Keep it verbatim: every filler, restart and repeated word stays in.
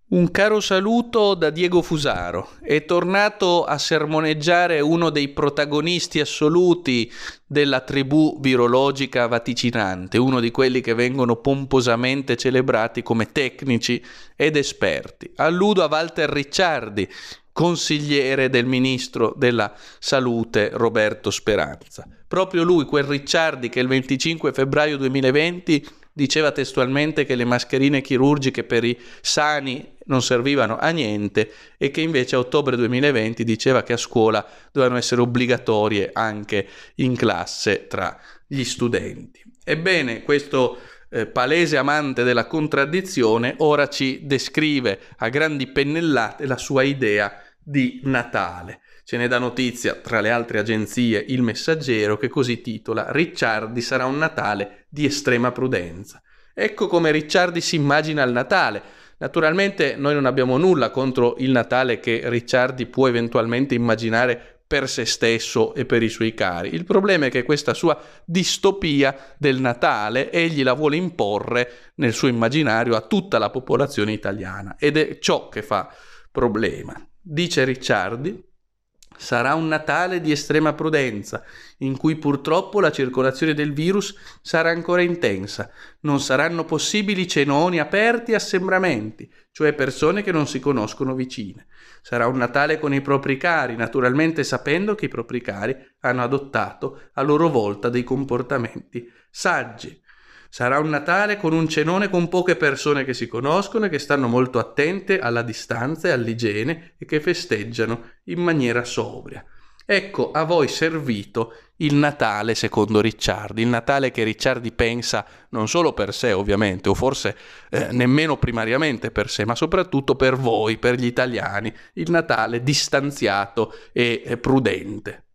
Un caro saluto da Diego Fusaro. È tornato a sermoneggiare uno dei protagonisti assoluti della tribù virologica vaticinante, uno di quelli che vengono pomposamente celebrati come tecnici ed esperti. Alludo a Walter Ricciardi, consigliere del ministro della Salute Roberto Speranza. Proprio lui, quel Ricciardi che il venticinque febbraio duemilaventi diceva testualmente che le mascherine chirurgiche per i sani non servivano a niente e che invece a ottobre duemilaventi diceva che a scuola dovevano essere obbligatorie anche in classe tra gli studenti. Ebbene, questo eh, palese amante della contraddizione ora ci descrive a grandi pennellate la sua idea di Natale. Ce ne dà notizia, tra le altre agenzie, Il Messaggero, che così titola: Ricciardi sarà un Natale di estrema prudenza. Ecco come Ricciardi si immagina il Natale. Naturalmente noi non abbiamo nulla contro il Natale che Ricciardi può eventualmente immaginare per se stesso e per i suoi cari. Il problema è che questa sua distopia del Natale egli la vuole imporre nel suo immaginario a tutta la popolazione italiana, ed è ciò che fa problema. Dice Ricciardi: sarà un Natale di estrema prudenza, in cui purtroppo la circolazione del virus sarà ancora intensa. Non saranno possibili cenoni aperti e assembramenti, cioè persone che non si conoscono vicine. Sarà un Natale con i propri cari, naturalmente sapendo che i propri cari hanno adottato a loro volta dei comportamenti saggi. Sarà un Natale con un cenone con poche persone che si conoscono e che stanno molto attente alla distanza e all'igiene e che festeggiano in maniera sobria. Ecco a voi servito il Natale secondo Ricciardi, il Natale che Ricciardi pensa non solo per sé ovviamente, o forse eh, nemmeno primariamente per sé, ma soprattutto per voi, per gli italiani, il Natale distanziato e eh, prudente.